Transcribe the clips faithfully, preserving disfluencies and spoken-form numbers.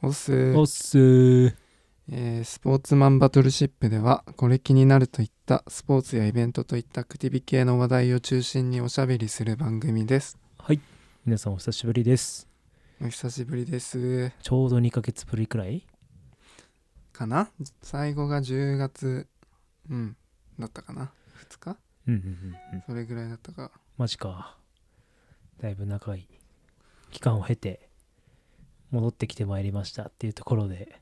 おすおっすー。 えースポーツマンバトルシップではこれ気になるといったスポーツやイベントといったアクティビ系の話題を中心におしゃべりする番組です。 はい。皆さんお久しぶりです。 お久しぶりですちょうどにかげつぶりくらいかな。最後がじゅうがつうんだったかな。ふつかうんうんうんうん。 それぐらいだったか。 マジか。だいぶ長い期間を経て戻ってきてまいりましたっていうところで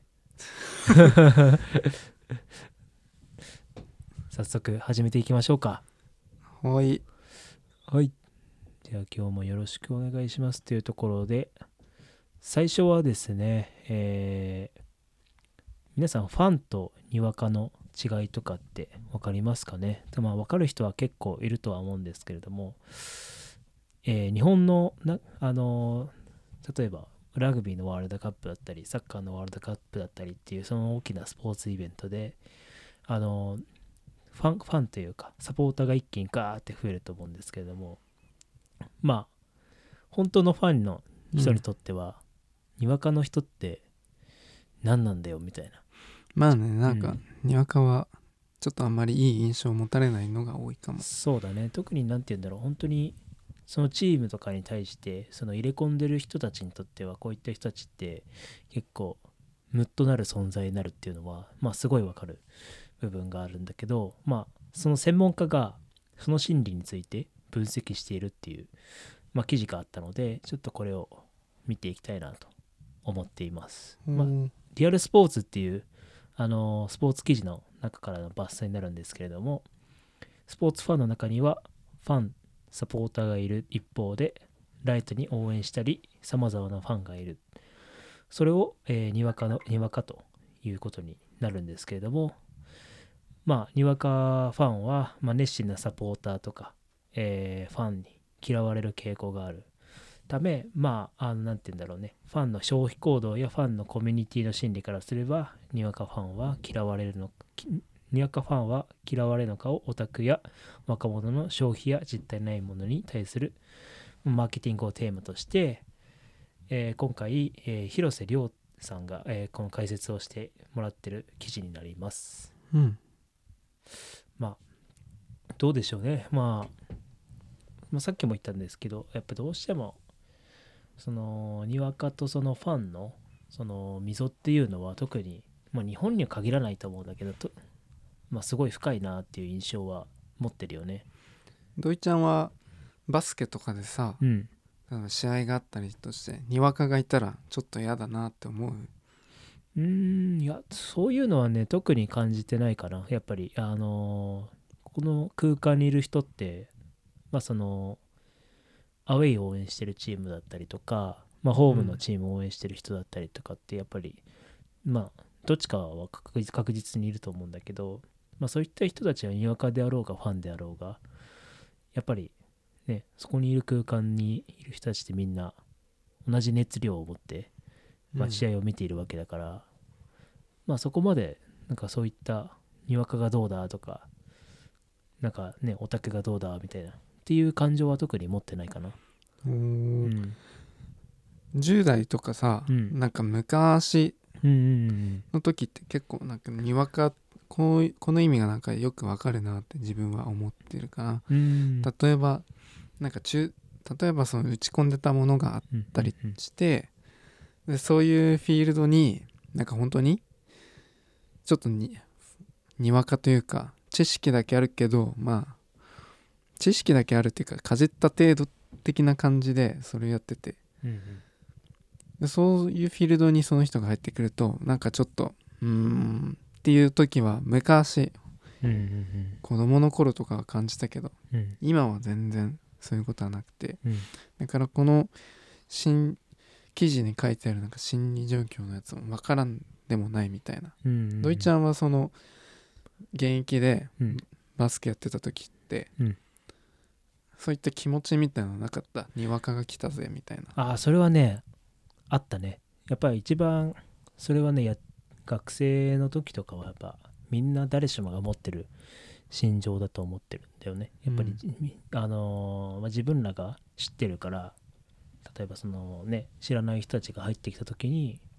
早速始めていきましょうか。 はい。 はい。じゃあ今日もよろしくお願いしますというところで、最初はですね、えー皆さんファンとにわかの違いとかって分かりますかね。まあ分かる人は結構いるとは思うんですけれども、えー日本のな、あのー例えばラグビーのワールドカップだったりサッカーのワールドカップだったりっていうその大きなスポーツイベントで、あのーファンファンというかサポーターが一気にガーって増えると思うんですけれども、まあ本当のファンの人にとっては、にわかの人って何なんだよみたいな。 まあね、なんか、 うん、 にわかはちょっとあんまりいい印象を持たれないのが多いかも。 そうだね。特に何て言うんだろう、本当にそのチームとかに対してその入れ込んでる人たちにとっては、こういった人たちって結構ムッとなる存在になるっていうのは、まあすごいわかる部分があるんだけど、まあその専門家がその心理について分析しているっていう、まあ、記事があったので、ちょっとこれを見ていきたいなと思っています。まあほう。 リアルスポーツっていうあのスポーツ記事の中からの抜粋になるんですけれども、スポーツファンの中にはファン、サポーターがいる一方で、ライトに応援したり、様々なファンがいる。それを、えーにわかの、にわかということになるんですけれども、まあ、にわかファンは、まあ、熱心なサポーターとか、えーファンに嫌われる傾向があるため、まあ、あの、なんて言うんだろうね、ファンの消費行動やファンのコミュニティの心理からすれば、にわかファンは嫌われるの、にわかファンは嫌われるのかをオタクや若者の消費や実体ないものに対するマーケティングをテーマとして、えー今回、えー広瀬亮さんが、えーこの解説をしてもらってる記事になります。 うん。 まあ、どうでしょうね。まあ、まあ、さっきも言ったんですけど、やっぱどうしても、その、にわかとそのファンの、その、溝っていうのは特に、まあ、日本には限らないと思うんだけど、とまあ、すごい深いなっていう印象は持ってるよね。 土井ちゃんはバスケとかでさ、 うん。 試合があったりとしてにわかがいたらちょっと嫌だなって思う。 うーん、いや、そういうのはね、特に感じてないかな。やっぱり、あのーこの空間にいる人って、まあ、その、アウェイを応援してるチームだったりとか、まあ、ホームのうん。 チームを応援してる人だったりとかって、やっぱり、まあ、どっちかは確実確実にいると思うんだけど、まあ、そういった人たちはにわかであろうが、ファンであろうが、やっぱり、ね、そこにいる空間にいる人たちってみんな、同じ熱量を持って、まあ、 うん。 試合を見ているわけだから、まあそこまでなんかそういったにわかがどうだとか、なんかねオタクがどうだみたいなっていう感情は特に持ってないかな。 おー。 うんじゅう代とかさ、 うんなんか昔うんうんの時って結構なんかにわか、こうこの意味がなんかよくわかるなって自分は思ってるかうんうんら。例えばなんか中例えばその打ち込んでたものがあっうんうたりんうんして、でそういうフィールドになんか本当にちょっとににわかというか知識だけあるけど、まあ知識だけあるっていうかかじった程度的な感じでそれをやってて、 うんでそういうフィールドにその人が入ってくるとなんかちょっとうーんっていう時は昔うんうん子供の頃とかは感じたけど、 うん今は全然そういうことはなくて、 うんだからこの新記事に書いてあるなんか心理状況のやつも分からんでもないみたいな。 うんうん土井ちゃんはその現役でうんバスケやってた時ってうん。 そういった気持ちみたいなのなかった？にわかが来たぜみたいな。 ああ、それはねあったね。やっぱり一番それはね、や学生の時とかはやっぱみんな誰しもが持ってる心情だと思ってるんだよね。やっぱり、 うんあのーまあ、自分らが知ってるから、例えばそのね、知らない人たちが入ってきた時に、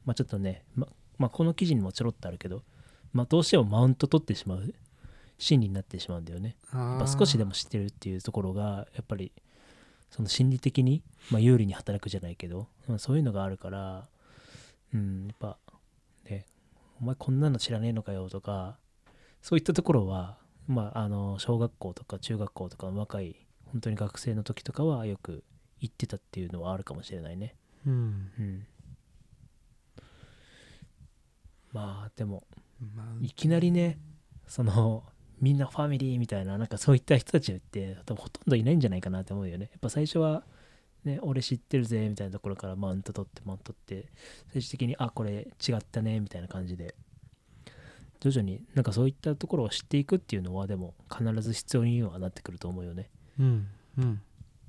まあちょっとね、ま、まあこの記事にもちょろっとあるけど、まあどうしてもマウント取ってしまう心理になってしまうんだよね。やっぱ少しでも知ってるっていうところがやっぱりその心理的に、まあ、有利に働くじゃないけど、まあ、そういうのがあるから、うん、やっぱね、お前こんなの知らねえのかよとか、そういったところは、まあ、あの小学校とか中学校とかの若い本当に学生の時とかはよく言ってたっていうのはあるかもしれないね。 うんうん、まあでもまあいきなりね、そのみんなファミリーみたいな、なんかそういった人たちって多分ほとんどいないんじゃないかなって思うよね。やっぱ最初はね、俺知ってるぜみたいなところからマウント取ってマウント取って、最終的にあこれ違ったねみたいな感じで徐々になんかそういったところを知っていくっていうのはでも必ず必要にはなってくると思うよね。 うんうん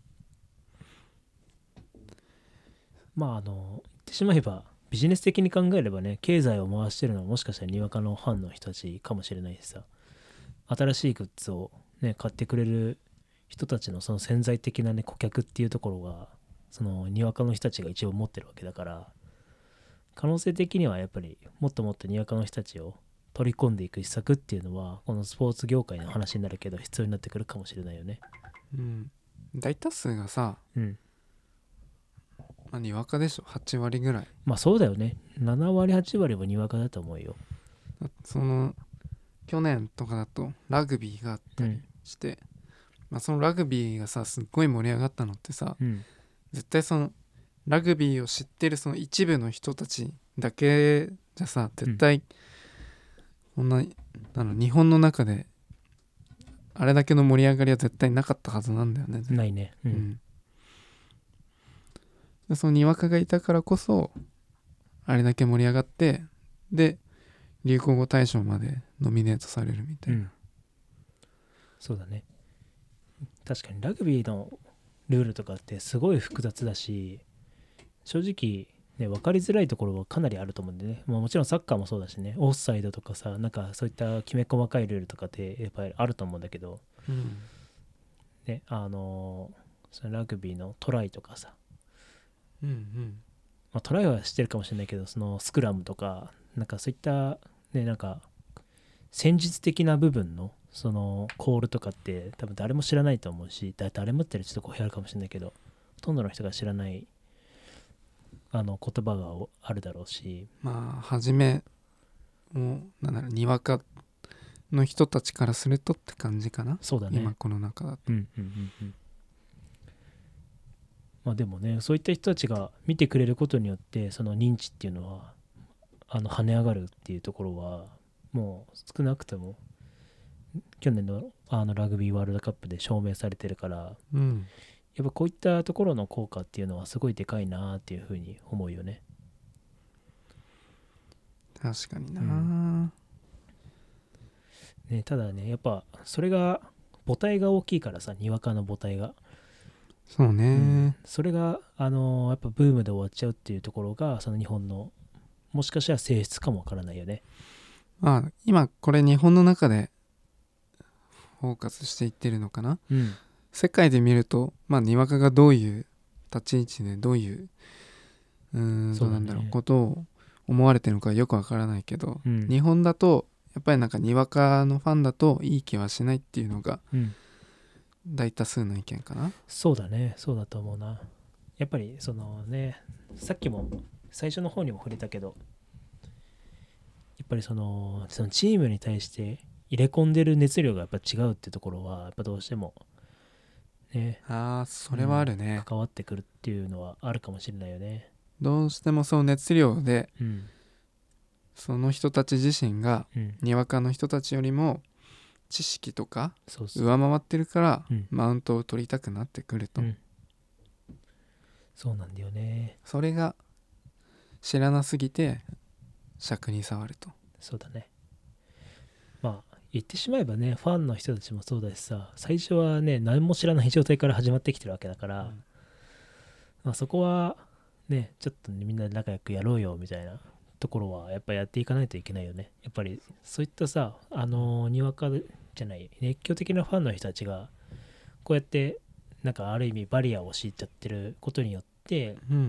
まああの言ってしまえばビジネス的に考えればね、経済を回してるのはもしかしたらにわかのファンの人たちかもしれないしさ、新しいグッズをね買ってくれる人たちのその潜在的なね顧客っていうところがそのにわかの人たちが一応持ってるわけだから、可能性的にはやっぱりもっともっとにわかの人たちを取り込んでいく施策っていうのはこのスポーツ業界の話になるけど必要になってくるかもしれないよね。 うん大多数がさ、 うんまあ、にわかでしょ。はち割ぐらい。 まあそうだよね。なな割はち割はにわかだと思うよ。 その去年とかだとラグビーがあったりうんして、まあ、そのラグビーがさすっごい盛り上がったのってさ、 うん絶対そのラグビーを知ってるその一部の人たちだけじゃさ絶対こんな、あの日本の中であれだけの盛り上がりは絶対なかったはずなんだよね。 ないね。ううんんでそのにわかがいたからこそあれだけ盛り上がって、で流行語大賞までノミネートされるみたいな。 うんそうだね。確かにラグビーのルールとかってすごい複雑だし、正直ね分かりづらいところはかなりあると思うんでね、まあ、もちろんサッカーもそうだしね、オフサイドとかさ、なんかそういったきめ細かいルールとかってやっぱりあると思うんだけどうんね、あのーそのラグビーのトライとかさ、 うんうんまあ、トライはしてるかもしれないけど、そのスクラムとかなんかそういったね、なんか戦術的な部分のそのコールとかって多分誰も知らないと思うし、だ誰もってちょっと語弊あるかもしれないけど、ほとんどの人が知らないあの言葉があるだろうし、 まあ初めもうなんだろうにわかの人たちからするとって感じかな。 そうだね。 今この中だと。 うんうんうんうんまあでもね、そういった人たちが見てくれることによってその認知っていうのはあの跳ね上がるっていうところはもう少なくとも去年のあのラグビーワールドカップで証明されてるから、 うんやっぱこういったところの効果っていうのはすごいでかいなっていうふうに思うよね。 確かにな、 うんね、ただね、やっぱそれが母体が大きいからさ、にわかの母体が、 そうね、 うんそれがあのーやっぱブームで終わっちゃうっていうところがその日本のもしかしたら性質かもわからないよね。 まあ今これ日本の中でフォーカスしていってるのかな。 うん世界で見るとまあにわかがどういう立ち位置でどういううーんそうだねどうなんだろうことを思われてるのかよくわからないけど、 うん日本だとやっぱりなんかにわかのファンだといい気はしないっていうのがうん大多数の意見かな。 そうだね、そうだと思うな。やっぱりそのね、さっきも最初の方にも触れたけど、やっぱりそのそのチームに対して入れ込んでる熱量がやっぱ違うってところはやっぱどうしてもね、 あーそれはあるね、 うん、関わってくるっていうのはあるかもしれないよね。 どうしてもその熱量でうんその人たち自身がうんにわかの人たちよりも知識とかそうそう、 上回ってるからうんマウントを取りたくなってくると、 うん、そうなんだよね。 それが知らなすぎて尺に触ると。 そうだね。まあ言ってしまえばね、ファンの人たちもそうだしさ、最初はね何も知らない状態から始まってきてるわけだから、 うんまあ、そこはねちょっと、ね、みんなで仲良くやろうよみたいなところはやっぱやっていかないといけないよね。やっぱりそういったさ、あのーにわかじゃない熱狂的なファンの人たちがこうやってなんかある意味バリアを敷いちゃってることによって、 うん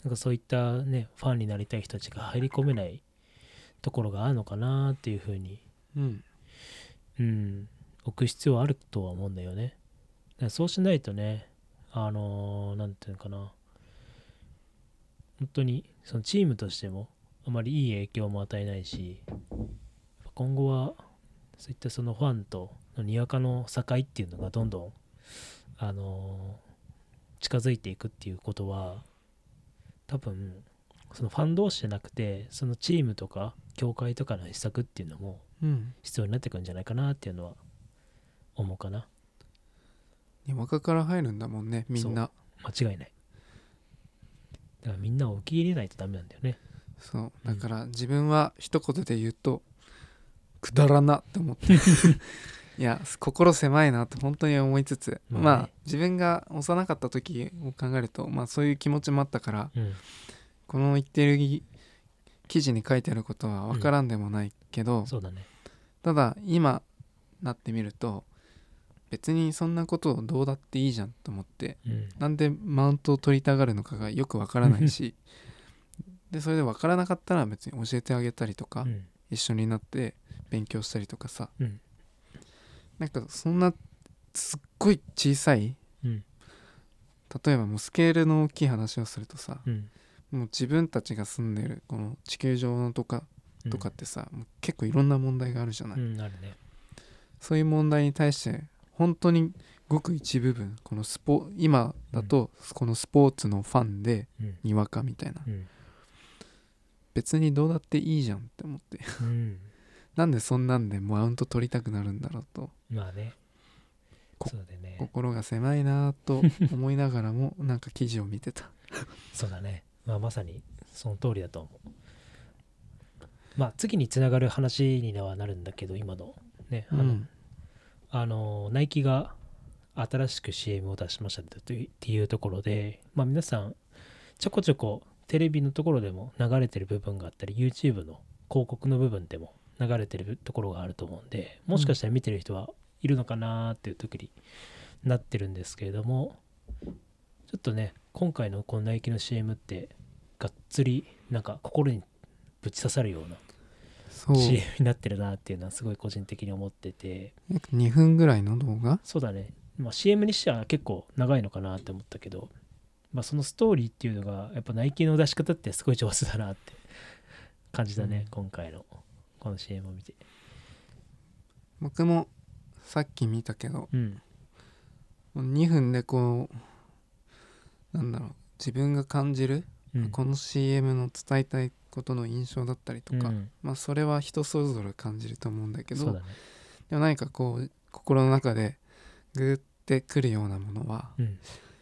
なんかそういったねファンになりたい人たちが入り込めないところがあるのかなっていうふうに、 うんうん置く必要はあるとは思うんだよね。だからそうしないとね、あのーなんていうのかな、本当にそのチームとしてもあまりいい影響も与えないし、今後はそういったそのファンとのにわかの境っていうのがどんどん、あのー近づいていくっていうことは、多分そのファン同士じゃなくてそのチームとか協会とかの施策っていうのもうん必要になってくるんじゃないかなっていうのは思うかな。 にわかから入るんだもんね、みんな。 間違いない。だからみんなを受け入れないとダメなんだよね。 そうだから自分は一言で言うとくだらなって思っていや心狭いなって本当に思いつつ、 まあねまあ自分が幼かった時を考えると、まあそういう気持ちもあったから、 うんこの言ってる記事に書いてあることは分からんでもないけど、 そうだね。 ただ今なってみると別にそんなことをどうだっていいじゃんと思って、 うんなんでマウントを取りたがるのかがよく分からないしでそれで分からなかったら別に教えてあげたりとか、 うん一緒になって勉強したりとかさ、 うんなんかそんなすっごい小さい、 うん例えばもうスケールの大きい話をするとさ、 うんもう自分たちが住んでるこの地球上のとかうんとかってさ、もう結構いろんな問題があるじゃない、 うんあるね。 そういう問題に対して本当にごく一部分、このスポ今だとこのスポーツのファンでうんにわかみたいな、 うん別にどうだっていいじゃんって思ってうんなんでそんなんでマウント取りたくなるんだろうと、 まあね。 こそうだね。 心が狭いなと思いながらもなんか記事を見てたそうだね。まあまさにその通りだと思う。まあ次につながる話にはなるんだけど、今のね、あの、 うんあのナイキが新しく シーエム を出しましたっていうっていうところで、まあ皆さんちょこちょこテレビのところでも流れてる部分があったり YouTube の広告の部分でも流れてるところがあると思うんで、もしかしたら見てる人はいるのかなーっていう時になってるんですけれども、ちょっとね今回のこのナイキの シーエム ってがっつりなんか心にぶち刺さるようなそうシーエム になってるなっていうのはすごい個人的に思ってて、 約にふんぐらいの動画。 そうだね、まあ、シーエム にしては結構長いのかなって思ったけど、まあ、そのストーリーっていうのがやっぱナイキの出し方ってすごい上手だなって感じだね、 うん今回のこの シーエム を見て。 僕もさっき見たけどうんにふんでこうなんだろう、自分が感じる、 うんこの シーエム の伝えたいことの印象だったりとか、 うんまあそれは人それぞれ感じると思うんだけど、 そうだね。 でも何かこう心の中でグーってくるようなものは、 うん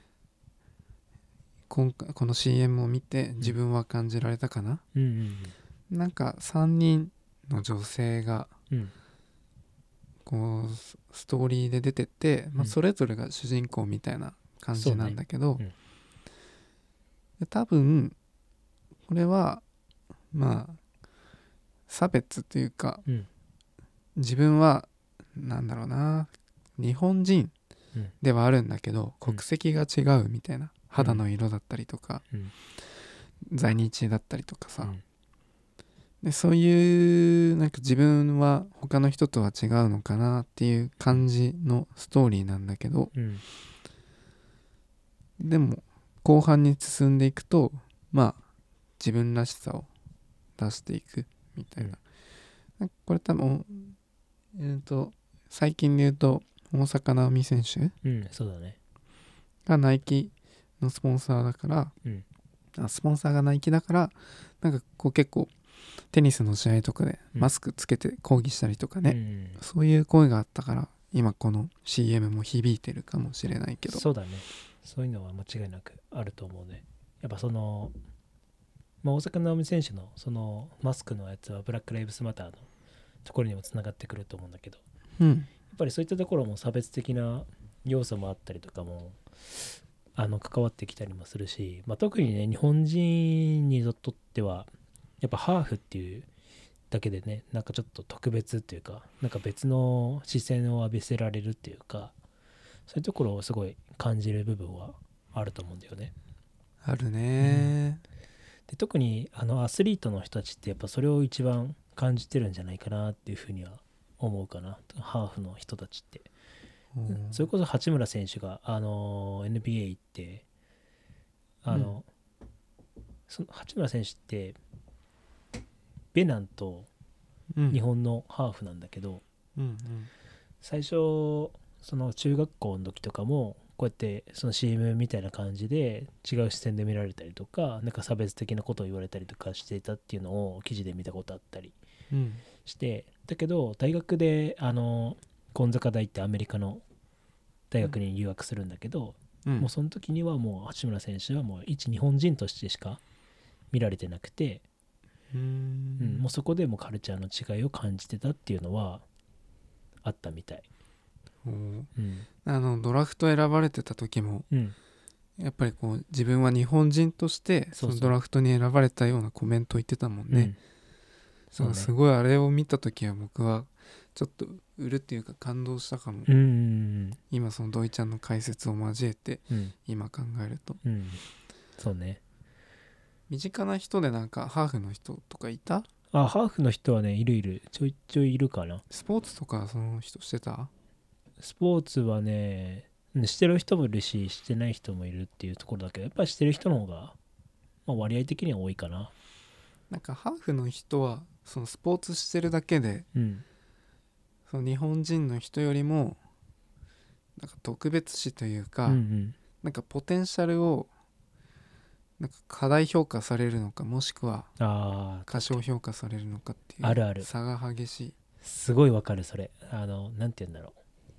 今回この シーエム を見て自分は感じられたかな、 うんうんなんかさんにんの女性がうんこうスストーリーで出てて、まあ、 うんそれぞれが主人公みたいな感じなんだけど、 そうねで多分これはまあ差別というか、 うん自分はなんだろうな、日本人うんではあるんだけど、 うん国籍が違うみたいな、肌の色だったりとか、 うん在日だったりとかさ、 うんでそういうなんか自分は他の人とは違うのかなっていう感じのストーリーなんだけど、 うんでも後半に進んでいくとまあ自分らしさを出していくみたいな、なんかこれ多分えーと最近で言うと大坂なおみ選手うんそうだね。 がナイキのスポンサーだからうんあスポンサーがナイキだからなんかこう結構テニスの試合とかでうんマスクつけて抗議したりとかね、 うんそういう声があったから今この シーエム も響いてるかもしれないけど、 そうだね。そういうのは間違いなくあると思うね。やっぱその、まあ、大坂なおみ選手のそのマスクのやつはブラック・ライブスマターのところにもつながってくると思うんだけど、やうんっぱりそういったところも差別的な要素もあったりとかもあの関わってきたりもするし、まあ、特にね日本人にとってはやっぱハーフっていうだけでね、なんかちょっと特別っていうか、なんか別の視線を浴びせられるっていうか、そういうところをすごい感じる部分はあると思うんだよね。 あるね、 で特にあのアスリートの人たちってやっぱそれを一番感じてるんじゃないかなっていうふうには思うかな。ハーフの人たちって、 うん、 それこそ八村選手があの エヌビーエー 行ってあの、うん、その八村選手ってベナンと日本のハーフなんだけど、 うんうん、 最初その中学校の時とかもこうやってその シーエム みたいな感じで違う視線で見られたりとか、なんか差別的なことを言われたりとかしていたっていうのを記事で見たことあったりして、うん、だけど大学であのゴンザカ大ってアメリカの大学に留学するんだけど、うん、もうその時にはもう八村選手はもう一日本人としてしか見られてなくて、 うーん、 うん、もうそこでもカルチャーの違いを感じてたっていうのはあったみたい。 うん、あのドラフト選ばれてた時も、うん、やっぱりこう自分は日本人としてそのドラフトに選ばれたようなコメントを言ってたもんね。うん、そうね、すごいあれを見た時は僕はちょっとうるっていうか感動したかも、うんうんうん、今その土井ちゃんの解説を交えて今考えると、うんうん、 そうね。 身近な人でなんかハーフの人とかいた？ あ、ハーフの人はねいるいる、ちょいちょいいるかな。 スポーツとかその人してた？ スポーツはねしてる人もいるししてない人もいるっていうところだけど、やっぱりしてる人の方が、まあ、割合的には多いかな。 なんかハーフの人はそのスポーツしてるだけで、うん、その日本人の人よりもなんか特別視というか、うんうん、なんかポテンシャルをなんか過大評価されるのか、もしくは過小評価されるのかっていう差が激しい。 あるある、すごいわかるそれ。あのなんて言うんだろ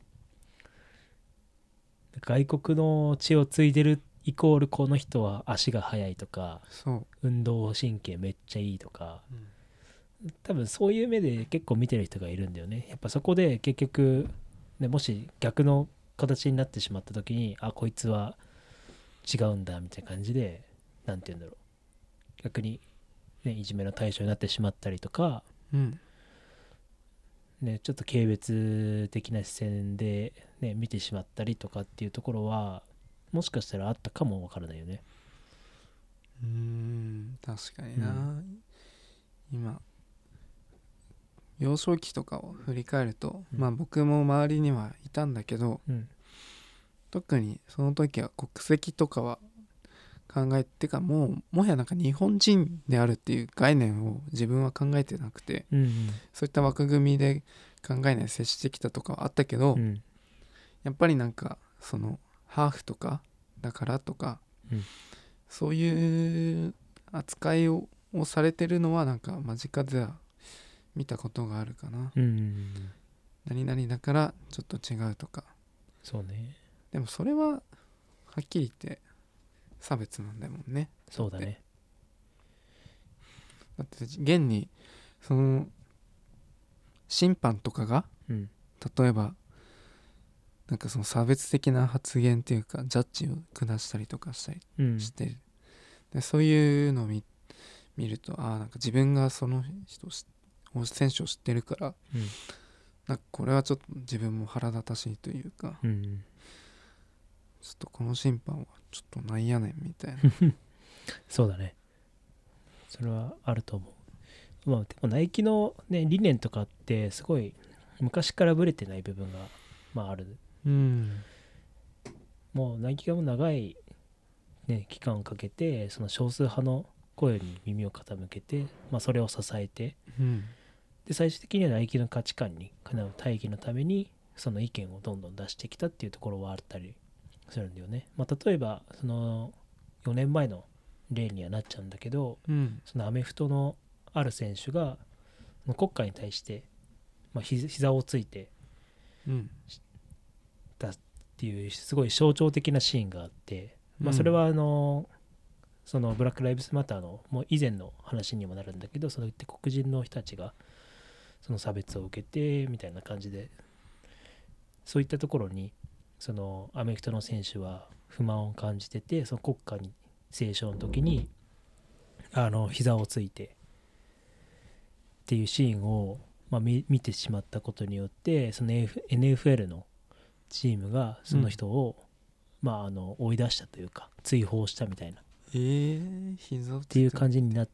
う、外国の血を継いでるイコールこの人は足が速いとか、 そう運動神経めっちゃいいとか、うん、多分そういう目で結構見てる人がいるんだよね。やっぱそこで結局、ね、もし逆の形になってしまった時に、あこいつは違うんだみたいな感じで、なんて言うんだろう、逆に、ね、いじめの対象になってしまったりとか、うんね、ちょっと軽蔑的な視線で、ね、見てしまったりとかっていうところはもしかしたらあったかもわからないよね。 うーん、確かにな、うん、今幼少期とかを振り返ると、うん、まあ僕も周りにはいたんだけど、うん、特にその時は国籍とかは考えてかもうもはやなんか日本人であるっていう概念を自分は考えてなくて、うんうん、そういった枠組みで考えないで接してきたとかはあったけど、うん、やっぱりなんかそのハーフとかだからとか、うん、そういう扱いを、をされてるのはなんか間近では見たことがあるかな、うんうんうん、何々だからちょっと違うとか。 そうね。 でもそれははっきり言って差別なんだもんね。 そうだね。 だって現にその審判とかが、うん、例えばなんかその差別的な発言っていうかジャッジを下したりとかしたりして、うん、でそういうのを 見, 見るとああなんか自分がその人選手を知ってるから、うん、なんかこれはちょっと自分も腹立たしいというか、うん、ちょっとこの審判はちょっとなんやねんみたいなそうだね、それはあると思う。まあでもナイキの、ね、理念とかってすごい昔からブレてない部分が、まあ、ある、うん、もうナイキがもう長い、ね、期間をかけてその少数派の声に耳を傾けて、まあ、それを支えて、うん、で最終的にはナイキの価値観にかなう大義のためにその意見をどんどん出してきたっていうところはあったりするんだよね。まあ、例えばそのよねんまえの例にはなっちゃうんだけど、うん、そのアメフトのある選手が国家に対して、まあ、膝をついて、うん、だっていうすごい象徴的なシーンがあって、まあ、それはあの、うん、そのブラック・ライブズ・マターのもう以前の話にもなるんだけど、そういって黒人の人たちがその差別を受けてみたいな感じで、そういったところにそのアメフトの選手は不満を感じてて、その国家に斉唱の時にあの膝をついてっていうシーンを、まあ、見, 見てしまったことによって、その エヌエフエル のチームがその人を、うん、まあ、あの追い出したというか追放したみたいなえー、膝をつっていう感じじになって、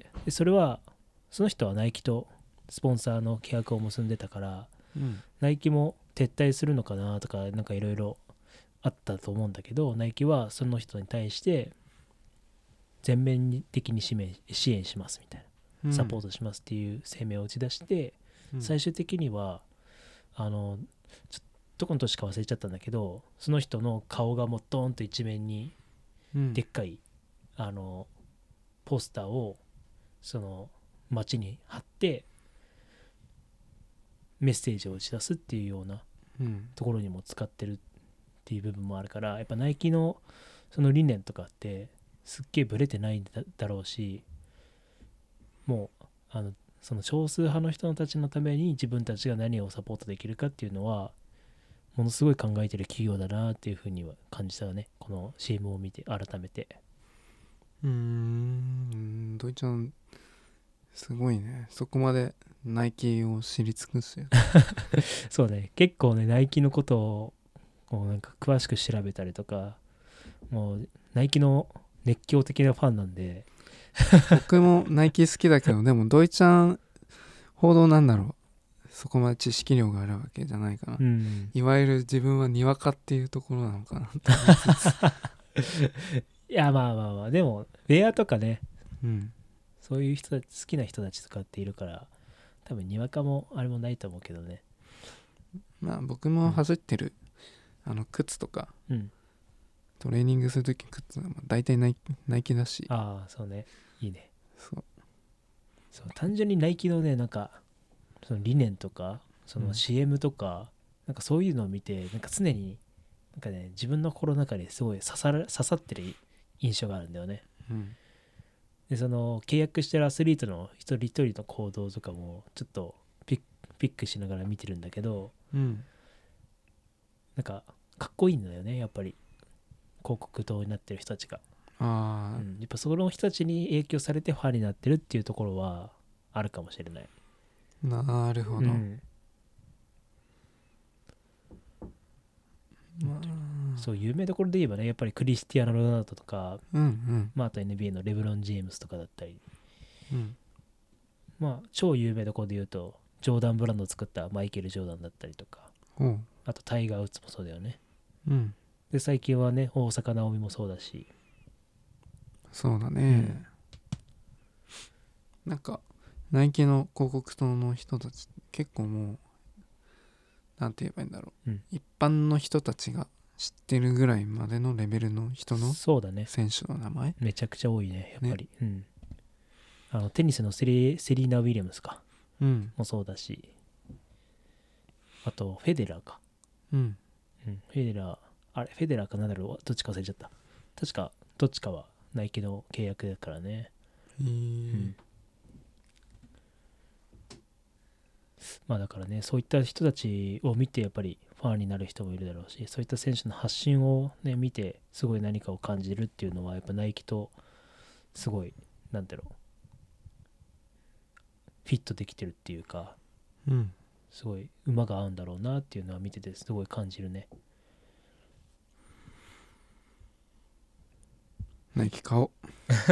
でそれはその人はナイキとスポンサーの契約を結んでたから、 うんナイキも撤退するのかなとかなんかいろいろあったと思うんだけど、ナイキはその人に対して全面的に支援支援しますみたいな、サポートしますっていう声明を打ち出して、 うん、 最終的にはあのちょどこの年か忘れちゃったんだけど、その人の顔がもうドーンと一面にうんでっかいあのポスターをその街に貼ってメッセージを打ち出すっていうようなうんところにも使ってるっていう部分もあるから、やっぱナイキのその理念とかってすっげえブレてないん だ, だろうし、もうあのその少数派の人たちのために自分たちが何をサポートできるかっていうのはものすごい考えてる企業だなっていうふうには感じたよね、この シーエム を見て改めて。 うーんドイちゃんすごいね、そこまでナイキを知り尽くすよそうね、結構ねナイキのことをこうなんか詳しく調べたりとか、もうナイキの熱狂的なファンなんで。 僕もナイキ好きだけどでもドイちゃんほどなんだろう、そこまで知識量があるわけじゃないかな、 うん、 いわゆる自分はにわかっていうところなのかなと思いつついやまあまあまあ、でもウェアとかね、 うんそういう人たち好きな人たちとかっているから、多分にわかもあれもないと思うけどね。 まあ僕も走ってる、あの靴とかうんトレーニングするとき靴はまあ大体ナイキ、ナイキだし、 ああそうね、いいね。 そうそう単純にナイキのねなんかその理念とかそのうんシーエム とか、なんかそういうのを見てなんか常になんかね自分の心の中ですごい刺さる刺さってる印象があるんだよね。 うんでその契約してるアスリートの一人一人の行動とかもちょっとピッピックしながら見てるんだけど、 うんなんかかっこいいんだよねやっぱり、広告塔になってる人たちが、 ああ、 うん、やっぱその人たちに影響されてファンになってるっていうところはあるかもしれない。 なるほど、 うんまあ、 そう有名どころで言えばね、やっぱりクリスティアーノ・ロナウドとか、 うんうんまあ、あと エヌビーエー のレブロン・ジェームスとかだったり、 うんまあ超有名どころで言うとジョーダンブランドを作ったマイケル・ジョーダンだったりとか、 おうあとタイガー・ウッズもそうだよね。 うんで最近はね大坂なおみもそうだし、 そうだね、なんかナイキの広告塔の人たち結構もうなんて言えばいいんだろう、 うん、 一般の人たちが知ってるぐらいまでのレベルの人のそうだね、 選手の名前、 めちゃくちゃ多いねやっぱり、うん、あのテニスのセリセリーナ・ウィリアムスかうんもそうだし、あとフェデラーか、 うんうん、フェデラーあれフェデラーかナダルはどっちか忘れちゃった、確かどっちかはナイキの契約だからね。 へえ、 うんまあだからね、そういった人たちを見てやっぱりファンになる人もいるだろうし、そういった選手の発信をね見てすごい何かを感じるっていうのはやっぱナイキとすごいなんだろうフィットできてるっていうか、 うんすごい馬が合うんだろうなっていうのは見ててすごい感じるね。 ナイキ買おう。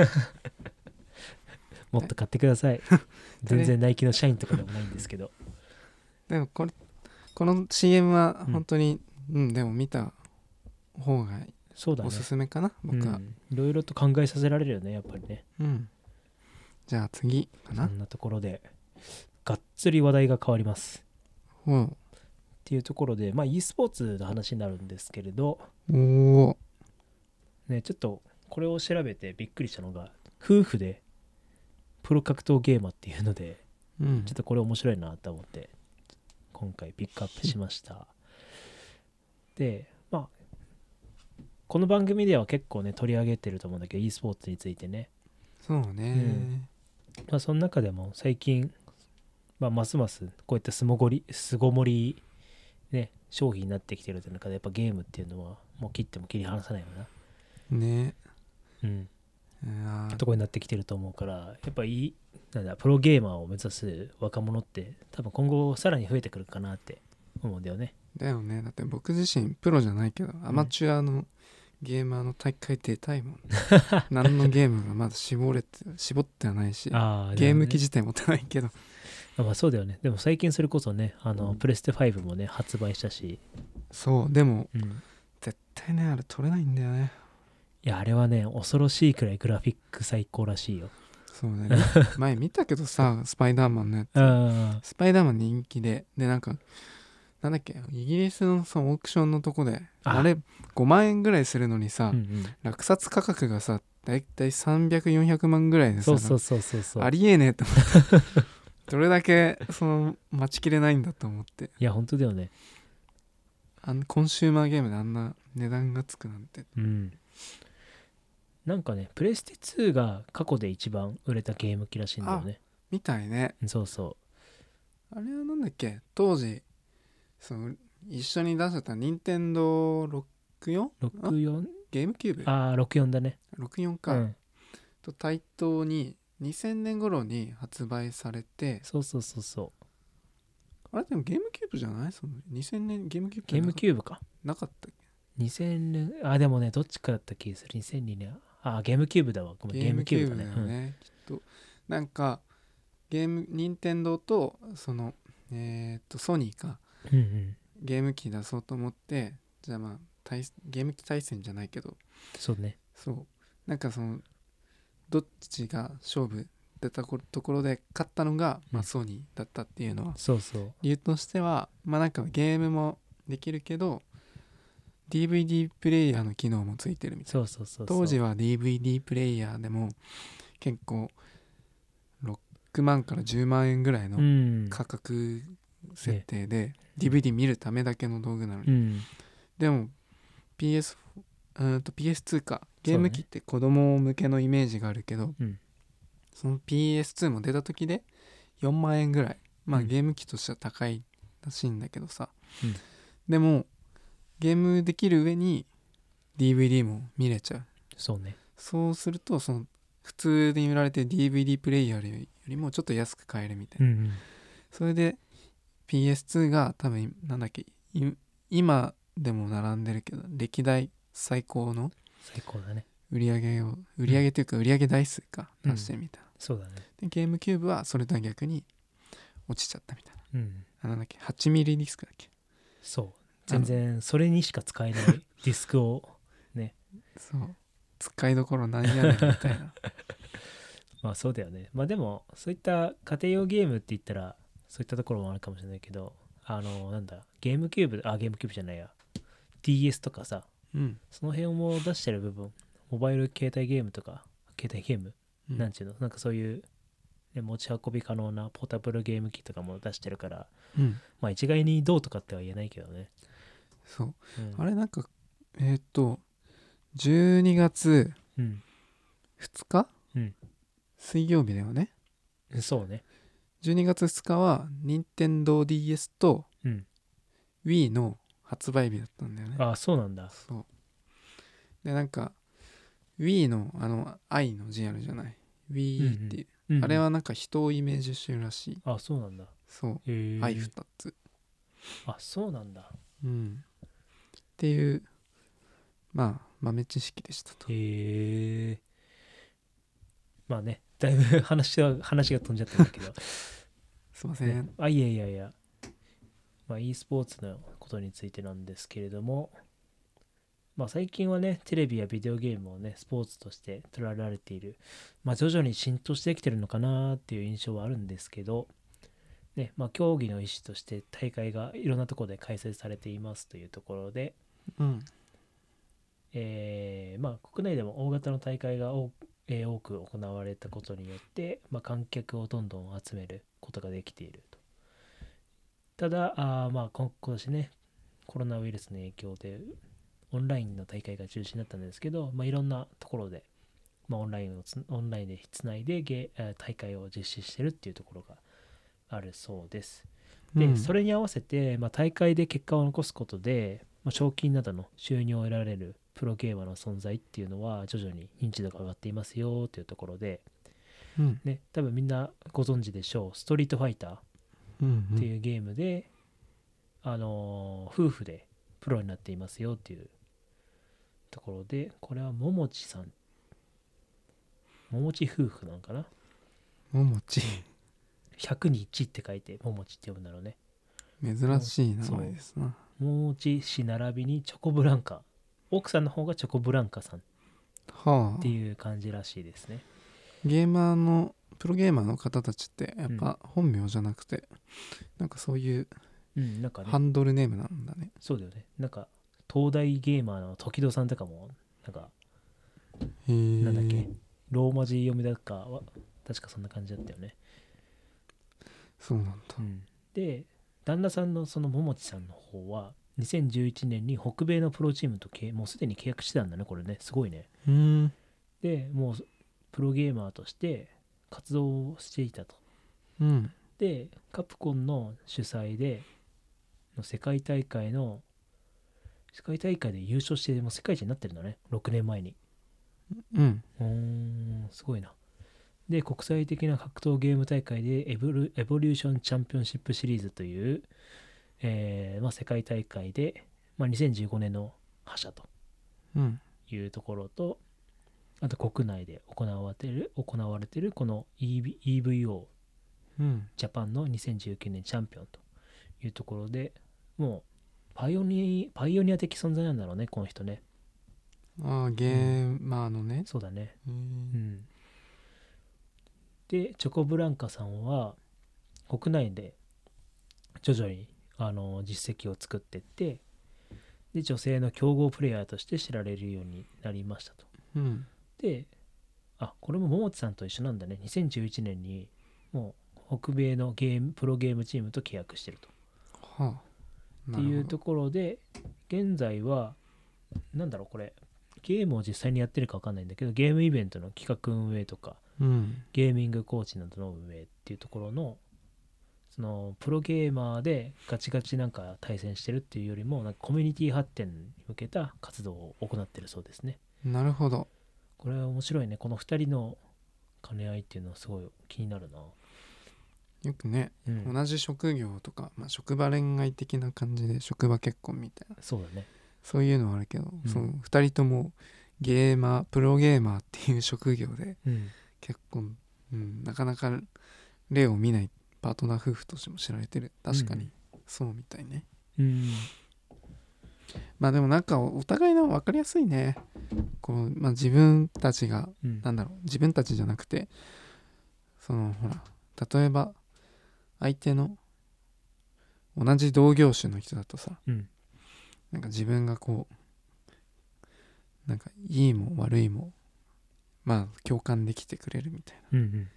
もっと買ってください。全然ナイキの社員とかでもないんですけど。 でもこれこの シーエム はうん本当にうん、でも見た方がそうだね。 おすすめかな、僕は。 うんいろいろと考えさせられるよねやっぱりね。 うんじゃあ次かな。 そんなところでがっつり話題が変わりますおうっていうところで、まあ e スポーツの話になるんですけれどおーね、ちょっとこれを調べてびっくりしたのが夫婦でプロ格闘ゲーマーっていうので、 うんちょっとこれ面白いなと思って今回ピックアップしましたでまあこの番組では結構ね取り上げてると思うんだけど e スポーツについてね、 そうね、 まあその中でも最近、まあ、ますますこういった巣ごもり巣ごもりね商品になってきてるという中でやっぱゲームっていうのはもう切っても切り離さないよな、 ねうんいやーとこになってきてると思うから、やっぱいいなんだプロゲーマーを目指す若者って多分今後さらに増えてくるかなって思うんだよね。 だよね、だって僕自身プロじゃないけどアマチュアのゲーマーの大会出たいもん何のゲームがまだ絞れて絞ってはないしああゲーム機ね、 自体持ってないけどまあそうだよね。でも最近それこそね、あの、 うんプレステファイブもね、発売したし、 そうでもうん。 絶対ねあれ撮れないんだよね。 いや、あれはね、恐ろしいくらいグラフィック最高らしいよ。 そうね前見たけどさスパイダーマンのやつあスパイダーマン人気ででなんかなんだっけイギリスのそのオークションのとこでああれごまん円ぐらいするのにさ、 うんうん。 落札価格がさだいたいさんびゃく、よんひゃくまんぐらいでさそうそうそうそうそう。 ありえねえと思ってどれだけその待ちきれないんだと思っていや、本当だよね。 あんコンシューマーゲームであんな値段がつくなんて。 うん。なんかね、プレステツーが過去で一番売れたゲーム機らしいんだよね。 みたいね。 そうそあれはなんだっけ当時その一緒に出せた任天堂ろくじゅうよんう。ろくじゅうよん? ゲームキューブああ、ろくじゅうよんだね。 ろくじゅうよんか、 うん。 と対等ににせんねん頃に発売されてそうそうそうそう。 あれでもゲームキューブじゃないそのにせんねんゲームキューブゲームキューブか。 なかったっにせんねん、あ、でもね、どっちかだった気がする。にせんにねん。あ、ゲームキューブだわ。ごめん、 けゲームキューブだね。 だよね、きっとなんかゲーム任天堂とそのえーっとソニーかうん。うんうん。 ゲーム機出そうと思ってじゃあまあ対ゲーム機対戦じゃないけどそうね。 そうなんかそのどっちが勝負出たところで勝ったのが、まあ、 うんソニーだったっていうのはそうそう。 理由としてはまあなんかゲームもできるけど ディーブイディー プレイヤーの機能もついてるみたいな。 そうそうそうそう。 当時は ディーブイディー プレイヤーでも結構ろくまんからじゅうまん円ぐらいうのん。 価格設定で ディーブイディー 見るためだけの道具なのに、 うん。 でも ピーエス、うーんと ピーエスツー かゲーム機って子供向けのイメージがあるけど、 うん。 その ピーエスツー も出た時でよんまん円ぐらいまあうんゲーム機としては高いらしいんだけどさ、 うんでもゲームできる上に ディーブイディー も見れちゃう。 そうね。 そうするとその普通に売られてる ディーブイディー プレイヤーよりもちょっと安く買えるみたいな、 うんうん。 それで ピーエスツー が多分なんだっけい今でも並んでるけど歴代最高の最高だね。 売り上げを売り上げというか売り上げ台数かうん出してるみたいな、 そうだね。 でゲームキューブはそれとは逆に落ちちゃったみたいな。 うん。 あなんだっけはちミリディスクだっけ。 そう。全然それにしか使えないディスクをそう使いどころなんやねんみたいなまあそうだよね。まあでもそういった家庭用ゲームって言ったらそういったところもあるかもしれないけど、あのなんだゲームキューブ、あゲームキューブじゃないや、 ディーエス とかさ、 うん、 その辺も出してる部分、モバイル携帯ゲームとか携帯ゲーム、 うん、 なんちゅうの、なんかそういう、ね、持ち運び可能なポータブルゲーム機とかも出してるから、 うん、 まあ一概にどうとかっては言えないけどね。 そう、 うん、 あれなんかえーっとじゅうにがつうんふつか、 うん水曜日だよね。 そうね。 じゅうにがつふつかは任天堂 ディーエス とうん Wii の発売日だったんだよね。 ああそうなんだ。 そうでなんか Wii のあの愛の字あるじゃない Wii っていう、 うんうん、 あれはなんか人をイメージしてるらしい。 あそうなんだ。 そうへえ。 愛ふたつ、 あそうなんだ。 うんっていうまあ豆知識でしたと。 へえ。まあね、だいぶ話は話が飛んじゃったんだけど、 すいません、 ね、あいやいやいや、まあ e スポーツのことについてなんですけれども、まあ最近はね、テレビやビデオゲームをね、スポーツとして捉えられている、まあ徐々に浸透してきてるのかなっていう印象はあるんですけど、ね、まあ競技の一種として大会がいろんなところで開催されていますというところで、 うんえーまあ国内でも大型の大会が多くえー多く行われたことによって、まあ、観客をどんどん集めることができていると。ただあまあ今年ね、コロナウイルスの影響でオンラインの大会が中止になったんですけど、まあ、いろんなところで、まあ、オンラインをつオンラインでつないでゲー大会を実施してるっていうところがあるそうです。で、 うんそれに合わせて、まあ、大会で結果を残すことで、まあ、賞金などの収入を得られるプロゲーマーの存在っていうのは徐々に認知度が上がっていますよというところで、 うんね、多分みんなご存知でしょう、ストリートファイターっうんうんていうゲームで、あのー夫婦でプロになっていますよっていうところで、これはももちさん、ももち夫婦なのかな。 ももちひゃくにいちって書いてももちって呼ぶんだろうね。 珍しい名前ですな。 ももち氏並びにチョコブランカ、奥さんの方がチョコブランカさんっはあ。 ていう感じらしいですね。 ゲーマーのプロゲーマーの方たちってやっぱ本名じゃなくて、なんかそういううんなんかねハンドルネームなんだね。 そうだよね。なんか東大ゲーマーの時戸さんとかもなんかへえ。 なんだっけローマ字読みだかは確かそんな感じだったよね。 そうなんだ。 うん、で旦那さんのそのももちさんの方はにせんじゅういちねんに北米のプロチームとけもうすでに契約してたんだね。これねすごいね。 うーん。 でもうプロゲーマーとして活動をしていたと。 うん。 でカプコンの主催での世界大会の世界大会で優勝してもう世界一になってるんだね、ろくねんまえに。 うん。 うーんすごいな。で国際的な格闘ゲーム大会でエボルエボリューションチャンピオンシップシリーズという、えーまあ、世界大会で、まあ、にせんじゅうごねんの覇者とうん。 いうところと、あと国内で行われている行われているこの イーブイ イーブイオーうん。 ジャパンのにせんじゅうきゅうねんチャンピオンというところで、もうパイオニアパイオニア的存在なんだろうねこの人ね。 ああ、ゲーマーのね。 そうだね。 うー。 うんんでチョコブランカさんは国内で徐々にあの実績を作っていって、で女性の強豪プレイヤーとして知られるようになりましたと。 うん。 であこれも桃地さんと一緒なんだね。にせんじゅういちねんにもう北米のゲームプロゲームチームと契約してると。 はあ。 っていうところで現在はなんだろうこれゲームを実際にやってるか分かんないんだけど、ゲームイベントの企画運営とかうん。 ゲーミングコーチなどの運営っていうところのそのプロゲーマーでガチガチなんか対戦してるっていうよりもなんかコミュニティ発展に向けた活動を行ってるそうですね。 なるほど。 これは面白いね。このふたりの兼ね合いっていうのはすごい気になるな。 よくね、 うん、 同じ職業とか、まあ、職場恋愛的な感じで職場結婚みたいなそうだね。 そういうのはあるけど、 うんそのふたりともゲーマープロゲーマーっていう職業でうん結婚、うん、なかなか例を見ないパートナー夫婦としても知られてる。確かにそうみたいね。 うん、 まあでもなんかお互いの分かりやすいね。こう、まあ、自分たちがうんなんだろう自分たちじゃなくてそのほら例えば相手の同じ同業種の人だとさ、 うんなんか自分がこうなんかいいも悪いもまあ共感できてくれるみたいな。 うんうん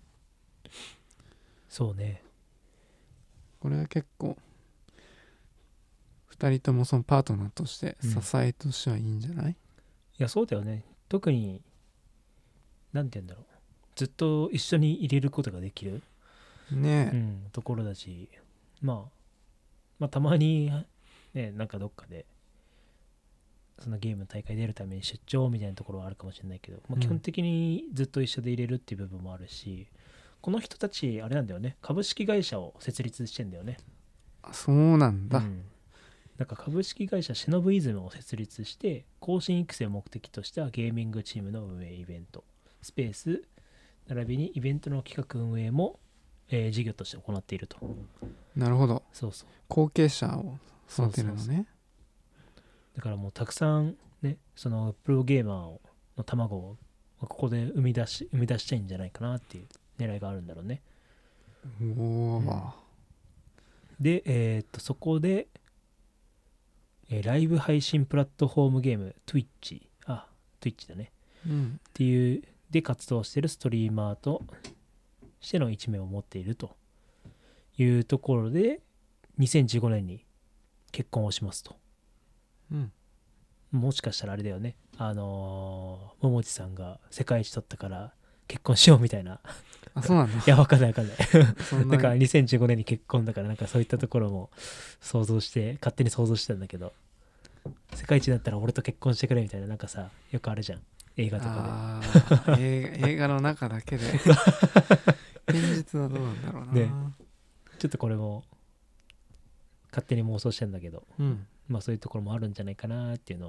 そうね。 これは結構ふたりともそのパートナーとして支えとしてはいいんじゃない？ いやそうだよね。特になんて言うんだろうずっと一緒に入れることができる、 ねえ、 うん、ところだし、まあまあたまにねなんかどっかでそのゲームの大会出るために出張みたいなところはあるかもしれないけど、まあ、基本的にずっと一緒で入れるっていう部分もあるし、この人たちあれなんだよね、株式会社を設立してんだよね。 あそうなんだ、 うん、なんか株式会社シノブイズムを設立して後進育成を目的としたゲーミングチームの運営イベントスペース並びにイベントの企画運営も、えー事業として行っていると。 なるほど。 そうそう後継者を育てるのね。 そうそうそうだからもうたくさんねそのプロゲーマーの卵をここで生み出し生み出したいんじゃないかなっていう狙いがあるんだろうね。 おお、 うんでえーっとそこで、えーライブ配信プラットフォームゲーム Twitch あ Twitch だねうんっていうで活動しているストリーマーとしての一面を持っているというところでにせんじゅうごねんに結婚をしますと。 うんもしかしたらあれだよねあのー、桃地さんが世界一取ったから結婚しようみたいなあそうなんだいやわかんないわかんないそんなんかにせんじゅうごねんに結婚だからなんかそういったところも想像して勝手に想像してたんだけど、世界一になったら俺と結婚してくれみたいななんかさよくあるじゃん映画とかあー映画映画の中だけで現実はどうなんだろうな。 ねちょっとこれも勝手に妄想してんだけど、 うんまあそういうところもあるんじゃないかなっていうのは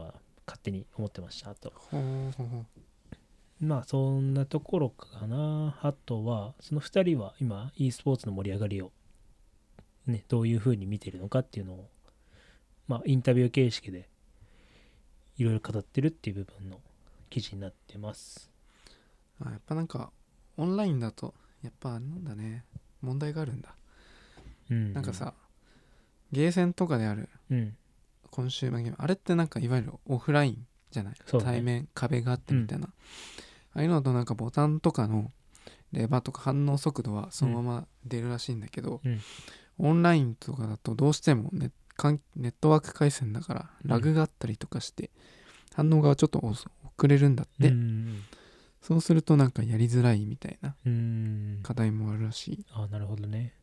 勝手に思ってました。あとほうほうほう。 まあそんなところかな。あとはそのふたりは今 e スポーツの盛り上がりをねどういう風に見てるのかっていうのをまあインタビュー形式でいろいろ語ってるっていう部分の記事になってます。 あ、やっぱなんかオンラインだとやっぱなんだね、問題があるんだ。 うん、うん、 なんかさ、ゲーセンとかであるうんコンシューマーゲーム、あれってなんかいわゆるオフラインじゃない、 そうね対面壁があってみたいな、ああいうのとなんかボタンとかのレバーとか反応速度はそのまま出るらしいんだけど、 うんオンラインとかだとどうしてもネかんネットワーク回線だからラグがあったりとかして、反応がちょっと遅れるんだって、 うんそうするとなんかやりづらいみたいなうん課題もあるらしい。 あなるほどね。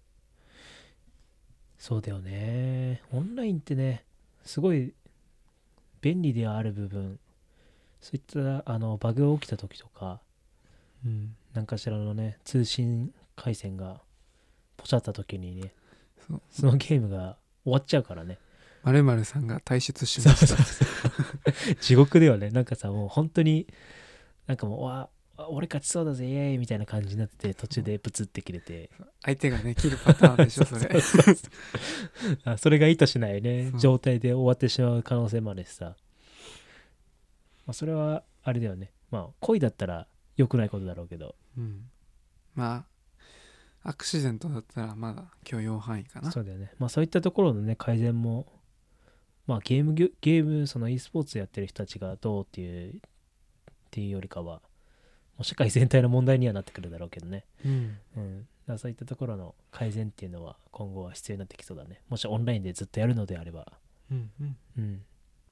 そうだよね。オンラインってねすごい便利ではある部分、そういったあのバグが起きた時とかうん、 何かしらのね通信回線がポチャった時にねそうそのゲームが終わっちゃうからね。 〇〇さんが退出しそうました。 そうそう地獄だよね。なんかさもう本当になんかもうわ俺勝ちそうだぜイエーイみたいな感じになってて途中でプツって切れて相手がね切るパターンでしょそれ。 そうそうそうあそれが意図しないねそう状態で終わってしまう可能性もあるしさ、まあ、それはあれだよね。まあ恋だったら良くないことだろうけど、 うん、まあアクシデントだったらまだ許容範囲かな。 そうだよね。まあそういったところのね改善もまあゲームゲゲームその e スポーツやってる人たちがどうっていうっていうよりかはもう社会全体の問題にはなってくるだろうけどね。 うんうん。だからそういったところの改善っていうのは今後は必要になってきそうだね。もしオンラインでずっとやるのであれば。 うんうん。 うん。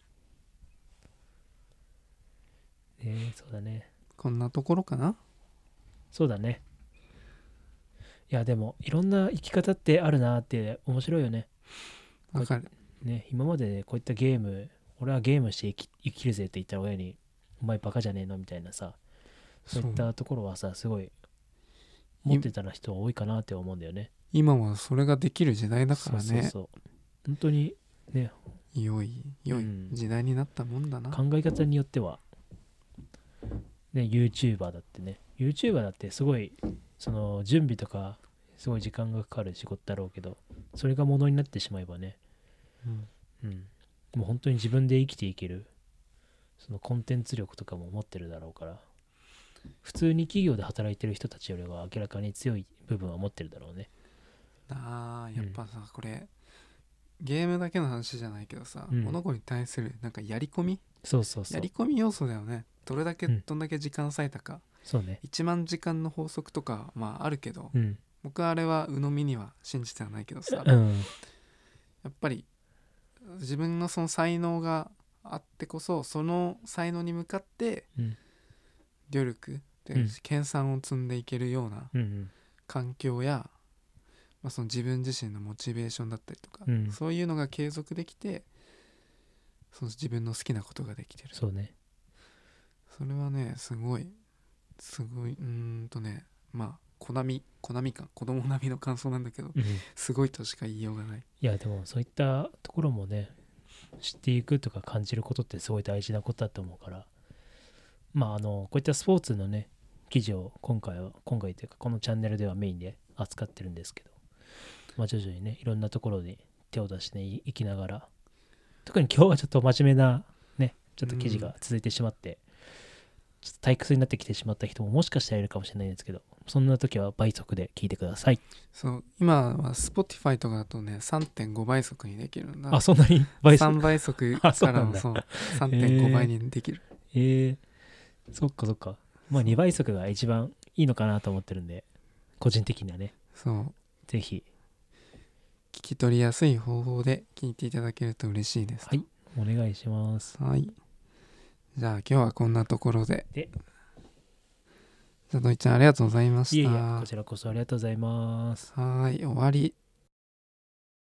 えー、そうだね。 こんなところかな。 そうだね。いやでもいろんな生き方ってあるなって面白いよね。 わかる。 ね、今まで、ね、こういったゲーム、俺はゲームして生き生きるぜって言ったら親に、お前バカじゃねえのみたいなさ、そういったところはさ、すごい持ってたら人は多いかなって思うんだよね。 今はそれができる時代だからね。 そうそうそう。本当にね、 良い良いうん時代になったもんだな。 考え方によっては、ね、YouTuber だってね、YouTuber だってすごい、その準備とか、すごい時間がかかる仕事だろうけど、それがものになってしまえばね、 うんうん、もう本当に自分で生きていける、そのコンテンツ力とかも持ってるだろうから、普通に企業で働いてる人たちよりは明らかに強い部分は持ってるだろうね。 あーやっぱさ、これゲームだけの話じゃないけどさ、 うん物事に対するなんかやり込みそうそうそう。 やり込み要素だよね。どれだけ、 うんどんだけ時間割いたか。 そうね。 いちまん時間の法則とかまああるけど、 うん。 僕はあれは鵜呑みには信じてはないけどさ、 うん。 やっぱり自分のその才能があってこそその才能に向かってうん。 努力で、 うん研鑽を積んでいけるようなうん。うん環境や、まあ、その自分自身のモチベーションだったりとか、 うんそういうのが継続できてその自分の好きなことができてる。 そうね。 それはねすごいすごいうーんとねまあコナミコナミ感子供並みの感想なんだけど、 うん。 すごいとしか言いようがない。 いやでもそういったところもね知っていくとか感じることってすごい大事なことだと思うから、まああのこういったスポーツのね記事を今回は今回というかこのチャンネルではメインで扱ってるんですけど、まあ徐々にねいろんなところに手を出していきながら、特に今日はちょっと真面目なねちょっと記事が続いてしまって、ちょっと退屈になってきてしまった人ももしかしたらいるかもしれないんですけど、そんな時は倍速で聞いてください。 そう今は Spotify とかだとね さんてんご 倍速にできるんだ。 あ、そんなに倍速。 さんばい速あそうからなんだのそう さんてんご 倍にできる。 えー、そっかそっか。まあにばい速が一番いいのかなと思ってるんで、個人的にはね、 そうぜひ、 聞き取りやすい方法で聞いていただけると嬉しいです。 はい、お願いします。 はい。じゃあ今日はこんなところで。 でじゃあドイちゃんありがとうございました。 いえいえ、こちらこそありがとうございます。 はい終わり。